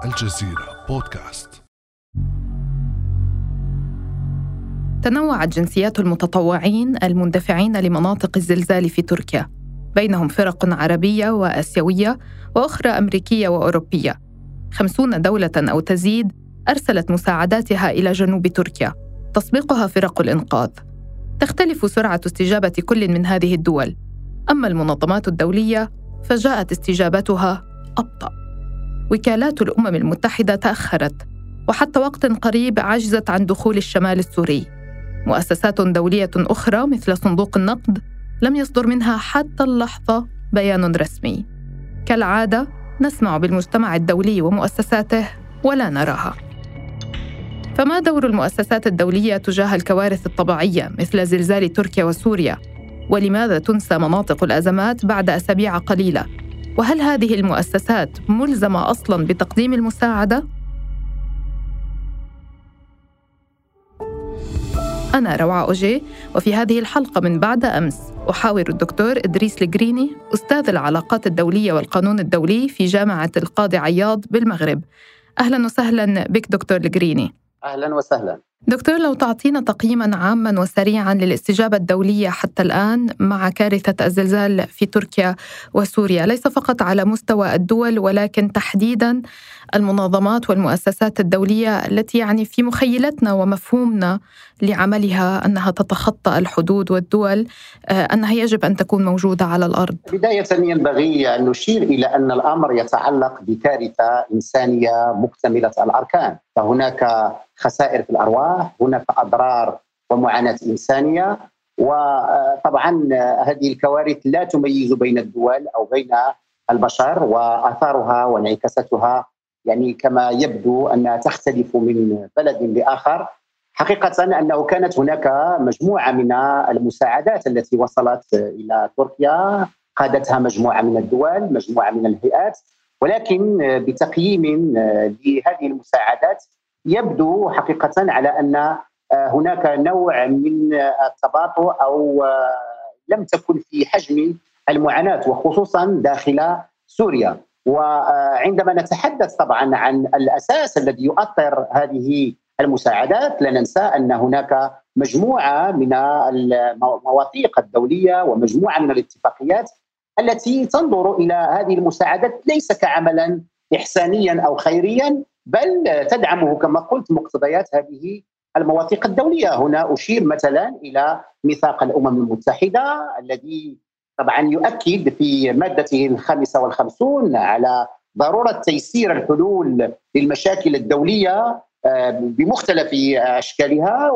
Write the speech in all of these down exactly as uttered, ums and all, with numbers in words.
الجزيرة بودكاست. تنوعت جنسيات المتطوعين المندفعين لمناطق الزلزال في تركيا، بينهم فرق عربية وآسيوية وأخرى أمريكية وأوروبية. خمسون دولة أو تزيد أرسلت مساعداتها إلى جنوب تركيا، تسبقها فرق الإنقاذ. تختلف سرعة استجابة كل من هذه الدول، أما المنظمات الدولية فجاءت استجابتها أبطأ. وكالات الأمم المتحدة تأخرت، وحتى وقت قريب عجزت عن دخول الشمال السوري. مؤسسات دولية أخرى مثل صندوق النقد لم يصدر منها حتى اللحظة بيان رسمي. كالعادة نسمع بالمجتمع الدولي ومؤسساته ولا نراها. فما دور المؤسسات الدولية تجاه الكوارث الطبيعية مثل زلزال تركيا وسوريا؟ ولماذا تنسى مناطق الأزمات بعد أسابيع قليلة؟ وهل هذه المؤسسات ملزمة أصلاً بتقديم المساعدة؟ أنا روعة أوجي، وفي هذه الحلقة من بعد أمس أحاور الدكتور إدريس القريني، أستاذ العلاقات الدولية والقانون الدولي في جامعة القاضي عياض بالمغرب. أهلاً وسهلاً بك دكتور القريني. أهلاً وسهلاً. دكتور، لو تعطينا تقييماً عاماً وسريعاً للاستجابة الدولية حتى الآن مع كارثة الزلزال في تركيا وسوريا، ليس فقط على مستوى الدول ولكن تحديداً المنظمات والمؤسسات الدولية التي يعني في مخيلتنا ومفهومنا لعملها أنها تتخطى الحدود والدول، أنها يجب أن تكون موجودة على الأرض. بداية ينبغي أن نشير إلى أن الأمر يتعلق بكارثة إنسانية مكتملة الأركان، فهناك خسائر في الأرواح، هناك أضرار ومعاناة إنسانية، وطبعا هذه الكوارث لا تميز بين الدول أو بين البشر، وآثارها وانعكاساتها يعني كما يبدو أنها تختلف من بلد لآخر. حقيقة أنه كانت هناك مجموعة من المساعدات التي وصلت إلى تركيا، قادتها مجموعة من الدول، مجموعة من الهيئات، ولكن بتقييم لهذه المساعدات يبدو حقيقة على أن هناك نوع من التباطؤ أو لم تكن في حجم المعاناة، وخصوصا داخل سوريا. وعندما نتحدث طبعا عن الأساس الذي يؤطر هذه المساعدات، لا ننسى أن هناك مجموعة من المواثيق الدولية ومجموعة من الاتفاقيات التي تنظر إلى هذه المساعدات ليس كعملا إحسانيا أو خيريا، بل تدعمه كما قلت مقتضيات هذه المواثيق الدولية. هنا أشير مثلا إلى ميثاق الأمم المتحدة الذي طبعا يؤكد في مادته الخامسة والخمسون على ضرورة تيسير الحلول للمشاكل الدولية بمختلف أشكالها،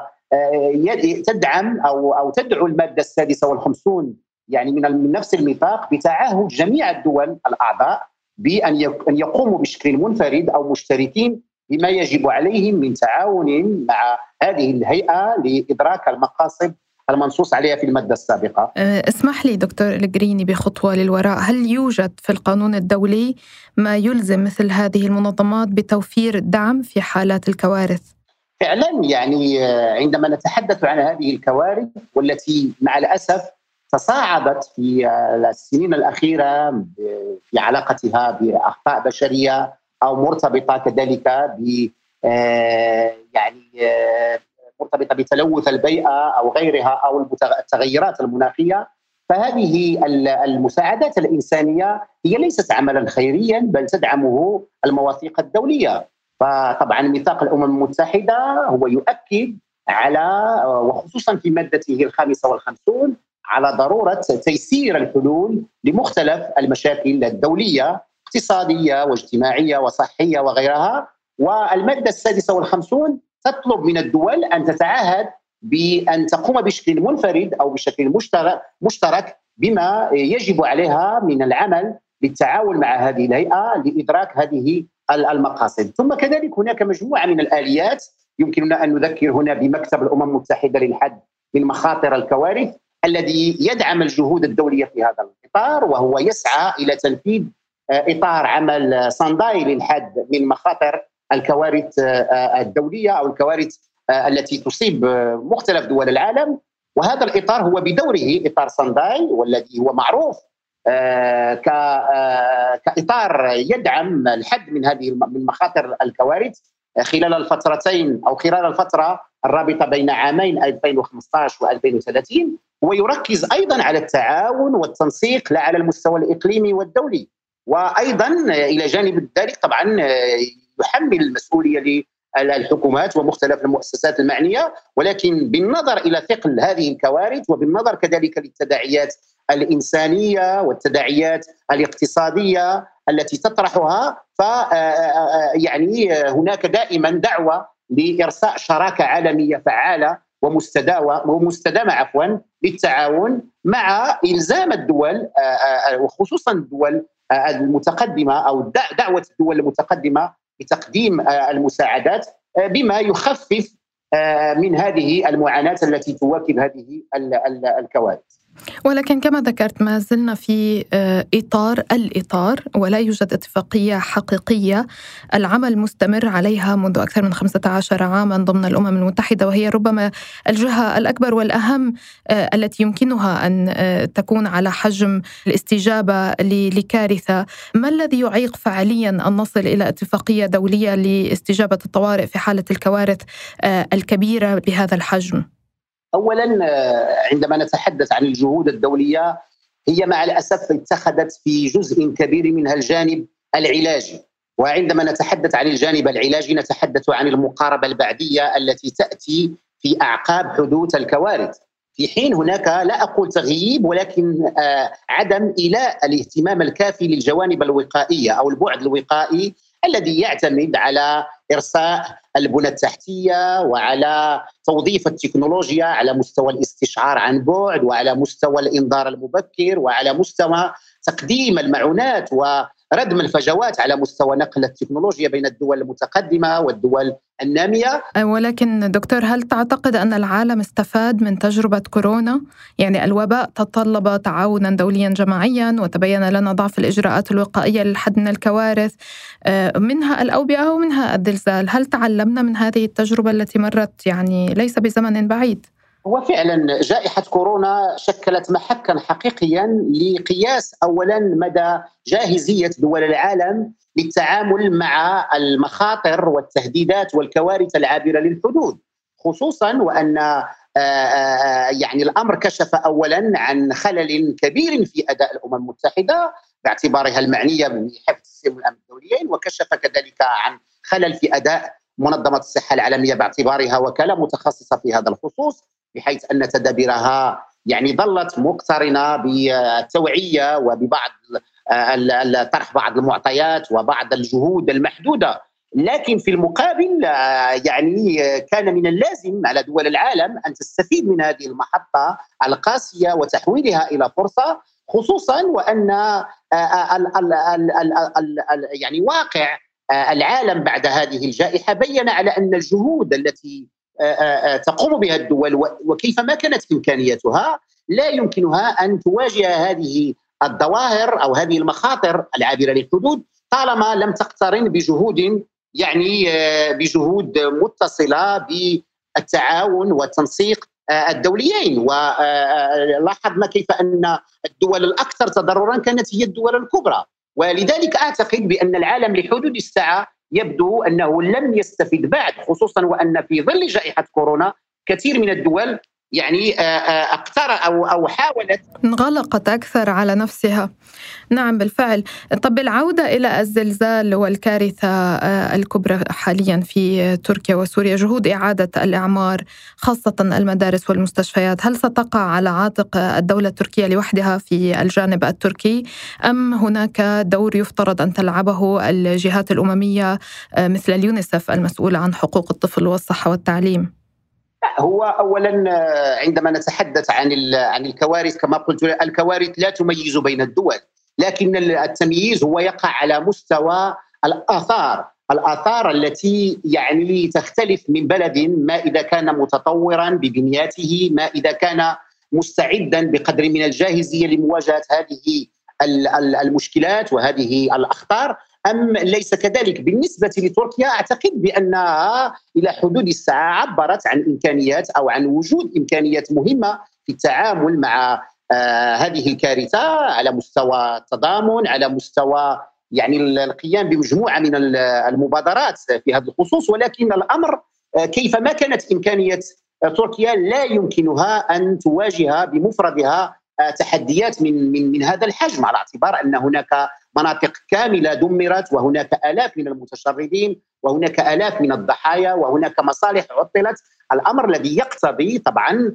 وتدعم أو أو تدعو المادة السادسة والخمسون يعني من نفس الميثاق بتعهد جميع الدول الأعضاء بأن يقوموا بشكل منفرد أو مشتركين بما يجب عليهم من تعاون مع هذه الهيئة لإدراك المقاصد المنصوص عليها في المادة السابقة. اسمح لي دكتور القريني بخطوة للوراء، هل يوجد في القانون الدولي ما يلزم مثل هذه المنظمات بتوفير الدعم في حالات الكوارث؟ فعلا يعني عندما نتحدث عن هذه الكوارث والتي مع الأسف تصاعدت في السنين الأخيرة في علاقتها بأخطاء بشرية أو مرتبطة كذلك ب يعني مرتبطة بتلوث البيئة أو غيرها أو التغيرات المناخية، فهذه المساعدات الإنسانية هي ليست عملا خيريا بل تدعمه المواثيق الدولية. فطبعا ميثاق الأمم المتحدة هو يؤكد على، وخصوصا في مادته الخامسة والخمسون، على ضرورة تيسير الحلول لمختلف المشاكل الدولية اقتصادية واجتماعية وصحية وغيرها. والمادة السادسة والخمسون تطلب من الدول أن تتعهد بأن تقوم بشكل منفرد أو بشكل مشترك, مشترك بما يجب عليها من العمل بالتعاون مع هذه الهيئة لإدراك هذه المقاصد. ثم كذلك هناك مجموعة من الآليات يمكننا أن نذكر هنا بمكتب الأمم المتحدة للحد من مخاطر الكوارث الذي يدعم الجهود الدولية في هذا الإطار، وهو يسعى إلى تنفيذ إطار عمل صنداي للحد من مخاطر الكوارث الدولية أو الكوارث التي تصيب مختلف دول العالم. وهذا الإطار هو بدوره إطار صنداي، والذي هو معروف كإطار يدعم الحد من هذه من مخاطر الكوارث خلال الفترتين أو خلال الفترة الرابطة بين عامين ألفين وخمسة عشر وألفين وثلاثين، ويركز أيضا على التعاون والتنسيق لا على المستوى الإقليمي والدولي. وأيضا إلى جانب ذلك طبعا يحمل المسؤولية للحكومات ومختلف المؤسسات المعنية، ولكن بالنظر إلى ثقل هذه الكوارث وبالنظر كذلك للتداعيات الإنسانية والتداعيات الاقتصادية التي تطرحها، ف يعني هناك دائما دعوة لإرساء شراكة عالمية فعالة ومستدامة ومستدامة عفوا للتعاون مع إلزام الدول وخصوصا الدول المتقدمة أو دعوة الدول المتقدمة بتقديم المساعدات بما يخفف من هذه المعاناة التي تواكب هذه الكوارث. ولكن كما ذكرت ما زلنا في إطار الإطار ولا يوجد اتفاقية حقيقية العمل مستمر عليها منذ أكثر من خمسة عشر عاما ضمن الأمم المتحدة، وهي ربما الجهة الأكبر والأهم التي يمكنها أن تكون على حجم الاستجابة لكارثة. ما الذي يعيق فعليا أن نصل إلى اتفاقية دولية لاستجابة الطوارئ في حالة الكوارث الكبيرة بهذا الحجم؟ أولاً عندما نتحدث عن الجهود الدولية، هي مع الأسف اتخذت في جزء كبير منها الجانب العلاجي، وعندما نتحدث عن الجانب العلاجي نتحدث عن المقاربة البعدية التي تأتي في أعقاب حدوث الكوارث، في حين هناك لا أقول تغييب ولكن عدم إيلاء الاهتمام الكافي للجوانب الوقائية أو البعد الوقائي الذي يعتمد على إرساء البنى التحتية وعلى توظيف التكنولوجيا على مستوى الاستشعار عن بعد وعلى مستوى الإنذار المبكر وعلى مستوى تقديم المعونات وردم الفجوات على مستوى نقل التكنولوجيا بين الدول المتقدمة والدول النامية. ولكن دكتور، هل تعتقد أن العالم استفاد من تجربة كورونا؟ يعني الوباء تطلب تعاونا دوليا جماعيا وتبين لنا ضعف الإجراءات الوقائية للحد من الكوارث، منها الأوبئة ومنها الزلزال. هل تعلمنا من هذه التجربة التي مرت يعني ليس بزمن بعيد؟ وفعلا جائحة كورونا شكلت محكا حقيقيا لقياس أولا مدى جاهزية دول العالم للتعامل مع المخاطر والتهديدات والكوارث العابرة للحدود، خصوصا وأن يعني الأمر كشف أولا عن خلل كبير في أداء الأمم المتحدة باعتبارها المعنية بحفظ السلم والأمن الدوليين، وكشف كذلك عن خلل في أداء منظمة الصحة العالمية باعتبارها وكالة متخصصة في هذا الخصوص، بحيث أن تدابيرها يعني ظلت مقترنة بالتوعية وببعض طرح بعض المعطيات وبعض الجهود المحدودة. لكن في المقابل يعني كان من اللازم على دول العالم أن تستفيد من هذه المحطة القاسية وتحويلها إلى فرصة، خصوصا وأن يعني واقع العالم بعد هذه الجائحة بين على أن الجهود التي تقوم بها الدول وكيفما كانت إمكانياتها لا يمكنها أن تواجه هذه الظواهر أو هذه المخاطر العابرة للحدود طالما لم تقترن بجهود يعني بجهود متصلة بالتعاون والتنسيق الدوليين. ولاحظنا كيف أن الدول الأكثر تضررا كانت هي الدول الكبرى، ولذلك أعتقد بأن العالم لحدود الساعة يبدو أنه لم يستفيد بعد، خصوصا وأن في ظل جائحة كورونا كثير من الدول يعني اقترأ أو أو حاولت انغلقت أكثر على نفسها. نعم بالفعل. طب العودة إلى الزلزال والكارثة الكبرى حاليا في تركيا وسوريا، جهود إعادة الإعمار خاصة المدارس والمستشفيات، هل ستقع على عاتق الدولة التركية لوحدها في الجانب التركي أم هناك دور يفترض أن تلعبه الجهات الأممية مثل اليونيسف المسؤولة عن حقوق الطفل والصحة والتعليم؟ هو أولا عندما نتحدث عن عن الكوارث كما قلت، الكوارث لا تميز بين الدول، لكن التمييز هو يقع على مستوى الآثار الآثار التي يعني تختلف من بلد ما إذا كان متطورا ببنياته، ما إذا كان مستعدا بقدر من الجاهزية لمواجهة هذه المشكلات وهذه الأخطار أم ليس كذلك. بالنسبة لتركيا أعتقد بأنها إلى حدود الساعة عبرت عن إمكانيات أو عن وجود إمكانيات مهمة في التعامل مع آه هذه الكارثة على مستوى التضامن، على مستوى يعني القيام بمجموعة من المبادرات في هذا الخصوص. ولكن الأمر كيفما كانت إمكانية تركيا لا يمكنها أن تواجه بمفردها تحديات من من من هذا الحجم، على اعتبار أن هناك مناطق كاملة دمرت، وهناك آلاف من المتشردين، وهناك آلاف من الضحايا، وهناك مصالح عطلت. الأمر الذي يقتضي طبعا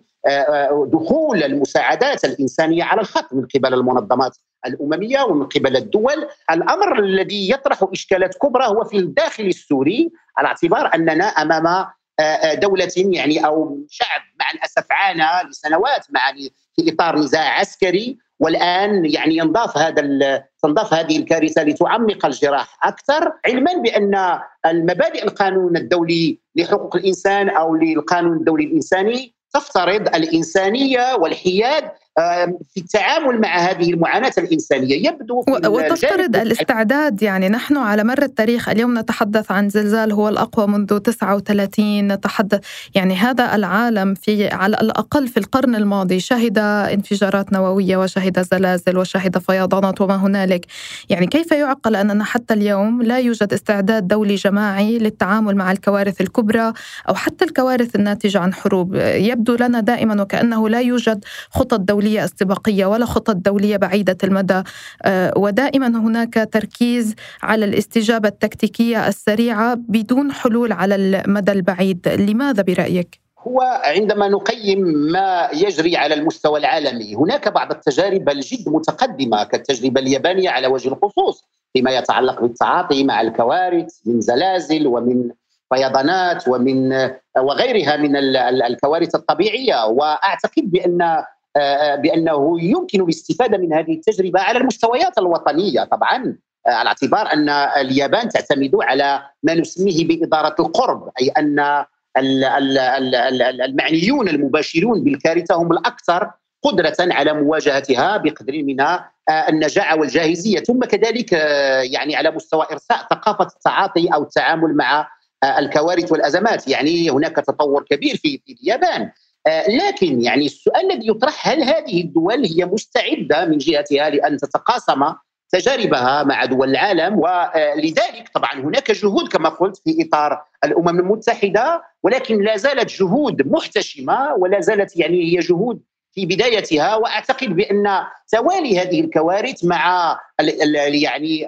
دخول المساعدات الإنسانية على الخط من قبل المنظمات الأممية ومن قبل الدول. الأمر الذي يطرح إشكالات كبرى هو في الداخل السوري، على اعتبار أننا أمام دولة يعني أو شعب مع الأسف عانى لسنوات مع في إطار نزاع عسكري، والآن يعني ينضاف هذا تنضاف هذه الكارثة لتعمق الجراح أكثر، علما بأن المبادئ القانون الدولي لحقوق الإنسان أو للقانون الدولي الإنساني تفترض الإنسانية والحياد في التعامل مع هذه المعاناة الإنسانية. يبدو وتفترض الاستعداد. يعني نحن على مر التاريخ اليوم نتحدث عن زلزال هو الأقوى منذ تسعة وثلاثين، نتحدث يعني هذا العالم في على الأقل في القرن الماضي شهد انفجارات نووية وشهد زلازل وشهد فيضانات وما هنالك. يعني كيف يعقل أننا حتى اليوم لا يوجد استعداد دولي جماعي للتعامل مع الكوارث الكبرى أو حتى الكوارث الناتجة عن حروب؟ يبدو لنا دائما وكأنه لا يوجد خطط دولية استباقية ولا خطط دولية بعيدة المدى، ودائما هناك تركيز على الاستجابة التكتيكية السريعة بدون حلول على المدى البعيد. لماذا برأيك؟ هو عندما نقيم ما يجري على المستوى العالمي، هناك بعض التجارب الجد متقدمة كالتجربة اليابانية على وجه الخصوص فيما يتعلق بالتعاطي مع الكوارث من زلازل ومن فيضانات ومن وغيرها من الكوارث الطبيعية. وأعتقد بأن بأنه يمكن الاستفادة من هذه التجربة على المستويات الوطنية طبعا، على اعتبار أن اليابان تعتمد على ما نسميه بإدارة القرب، أي أن المعنيون المباشرون بالكارثة هم الأكثر قدرة على مواجهتها بقدر من النجاعة والجاهزية. ثم كذلك يعني على مستوى إرساء ثقافة التعاطي أو التعامل مع الكوارث والأزمات، يعني هناك تطور كبير في اليابان. لكن يعني السؤال الذي يطرح، هل هذه الدول هي مستعدة من جهتها لأن تتقاسم تجاربها مع دول العالم؟ ولذلك طبعا هناك جهود كما قلت في إطار الأمم المتحدة، ولكن لا زالت جهود محتشمة ولا زالت يعني هي جهود في بدايتها. وأعتقد بأن توالي هذه الكوارث مع يعني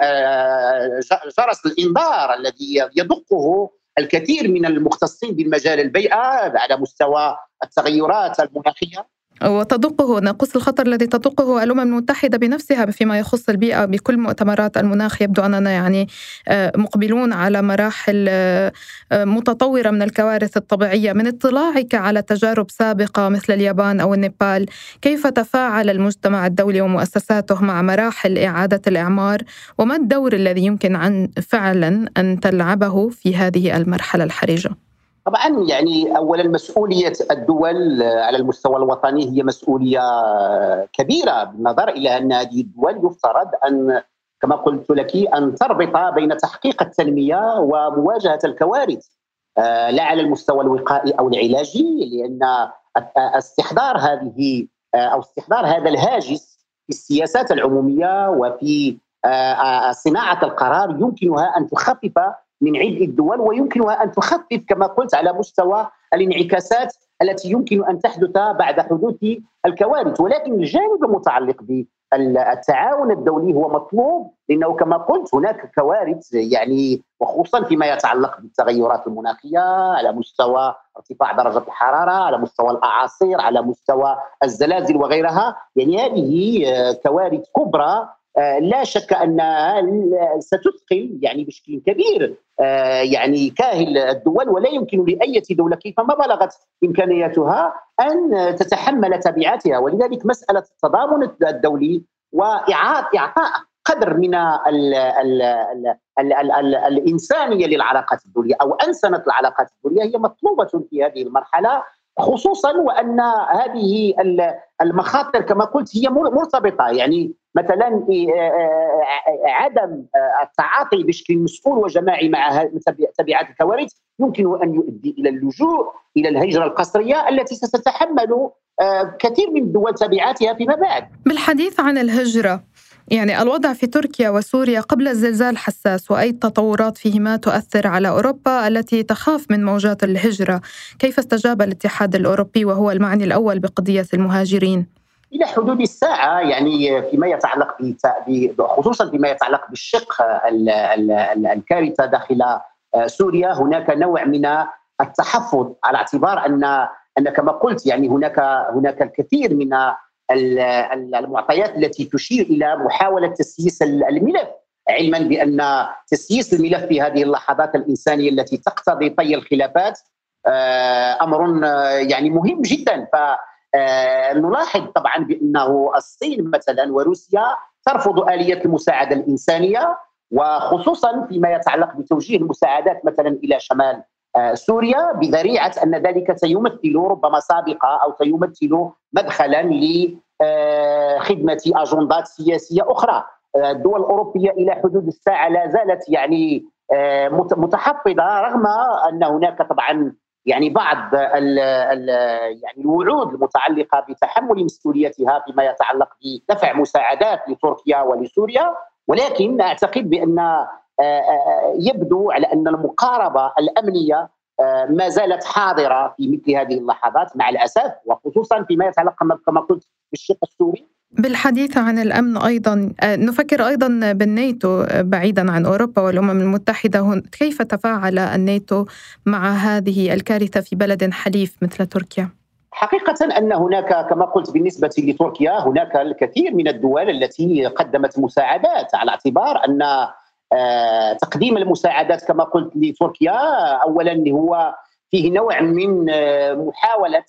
جرس الإنذار الذي يدقه الكثير من المختصين بالمجال البيئة على مستوى التغيرات المناخية، وتدقه ناقوس الخطر الذي تدقه الأمم المتحدة بنفسها فيما يخص البيئة بكل مؤتمرات المناخ. يبدو أننا يعني مقبلون على مراحل متطورة من الكوارث الطبيعية. من اطلاعك على تجارب سابقة مثل اليابان أو النيبال، كيف تفاعل المجتمع الدولي ومؤسساته مع مراحل إعادة الإعمار، وما الدور الذي يمكن عن فعلا أن تلعبه في هذه المرحلة الحرجة؟ طبعا يعني أولا مسؤولية الدول على المستوى الوطني هي مسؤولية كبيرة، بالنظر إلى أن هذه الدول يفترض أن كما قلت لك أن تربط بين تحقيق التنمية ومواجهة الكوارث، لا على المستوى الوقائي أو العلاجي، لأن استحضار هذه أو استحضار هذا الهاجس في السياسات العمومية وفي صناعة القرار يمكنها أن تخفف من عبء الدول، ويمكنها أن تخفف كما قلت على مستوى الانعكاسات التي يمكن أن تحدث بعد حدوث الكوارث. ولكن الجانب المتعلق بالتعاون الدولي هو مطلوب، لأنه كما قلت هناك كوارث يعني وخصوصا فيما يتعلق بالتغيرات المناخية على مستوى ارتفاع درجة الحرارة، على مستوى الأعاصير، على مستوى الزلازل وغيرها. يعني هذه كوارث كبرى لا شك أنها ستثقل يعني بشكل كبير يعني كاهل الدول، ولا يمكن لأي دولة كيفما بلغت إمكانياتها أن تتحمل تبعاتها. ولذلك مسألة التضامن الدولي وإعطاء قدر من ال ال ال ال ال ال الإنسانية للعلاقات الدولية أو أنسنة العلاقات الدولية هي مطلوبة في هذه المرحلة، خصوصا وأن هذه المخاطر كما قلت هي مرتبطة. يعني مثلا عدم التعاطي بشكل مسؤول وجماعي مع تبعات الكوارث يمكن أن يؤدي إلى اللجوء إلى الهجرة القسرية التي ستتحمل كثير من الدول تبعاتها فيما بعد. بالحديث عن الهجرة، يعني الوضع في تركيا وسوريا قبل الزلزال حساس، وأي تطورات فيهما تؤثر على أوروبا التي تخاف من موجات الهجرة. كيف استجاب الاتحاد الأوروبي وهو المعني الأول بقضية المهاجرين؟ إلى حدود الساعة، يعني فيما يتعلق خصوصا فيما يتعلق بالشق الكارثة داخل سوريا، هناك نوع من التحفظ على اعتبار أن أن كما قلت يعني هناك هناك الكثير من المعطيات التي تشير إلى محاولة تسييس الملف، علما بأن تسييس الملف في هذه اللحظات الإنسانية التي تقتضي طي الخلافات أمر يعني مهم جدا. فنلاحظ طبعا بأنه الصين مثلا وروسيا ترفض آلية المساعدة الإنسانية، وخصوصا فيما يتعلق بتوجيه المساعدات مثلا إلى شمال سوريا، بذريعة أن ذلك سيمثل ربما سابقة أو سيمثل مدخلا لخدمة أجندات سياسية أخرى. الدول الأوروبية إلى حدود الساعة لا زالت يعني متحفظة، رغم أن هناك طبعا يعني بعض ال ال يعني الوعود المتعلقة بتحمل مسؤوليتها فيما يتعلق بدفع مساعدات لتركيا ولسوريا، ولكن أعتقد بأن يبدو على أن المقاربة الأمنية ما زالت حاضرة في مثل هذه اللحظات مع الأسف، وخصوصا فيما يتعلق كما قلت بالشق السوري. بالحديث عن الأمن أيضا نفكر أيضا بالناتو بعيدا عن أوروبا والأمم المتحدة، كيف تفاعل الناتو مع هذه الكارثة في بلد حليف مثل تركيا؟ حقيقة أن هناك كما قلت بالنسبة لتركيا هناك الكثير من الدول التي قدمت مساعدات، على اعتبار أن تقديم المساعدات كما قلت لتركيا أولا هو فيه نوع من محاولة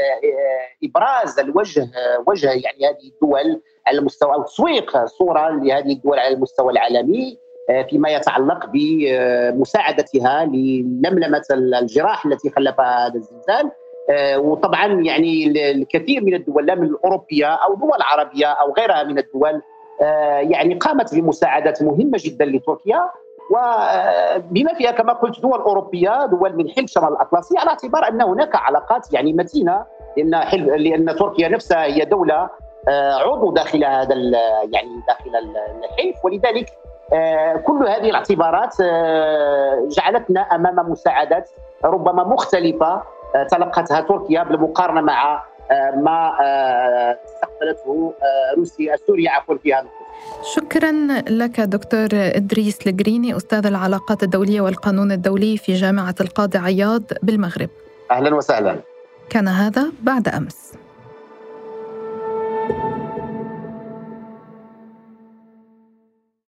إبراز الوجه وجه يعني هذه الدول على المستوى أو تسويق صورة لهذه الدول على المستوى العالمي فيما يتعلق بمساعدتها للملمة الجراح التي خلفها هذا الزلزال. وطبعا يعني الكثير من الدول لا من الأوروبية أو دول عربية أو غيرها من الدول يعني قامت بمساعدات مهمة جدا لتركيا، وبما فيها كما قلت دول أوروبية، دول من حلف شمال الأطلسي، على اعتبار أن هناك علاقات يعني متينة، لأن لأن تركيا نفسها هي دولة عضو داخل هذا يعني داخل الحلف، ولذلك كل هذه الاعتبارات جعلتنا أمام مساعدات ربما مختلفة تلقتها تركيا بالمقارنة مع ما استقبلته روسيا سوريا عفوا في هذا. شكرا لك دكتور إدريس القريني، أستاذ العلاقات الدولية والقانون الدولي في جامعة القاضي عياض بالمغرب. أهلا وسهلا. كان هذا بعد أمس.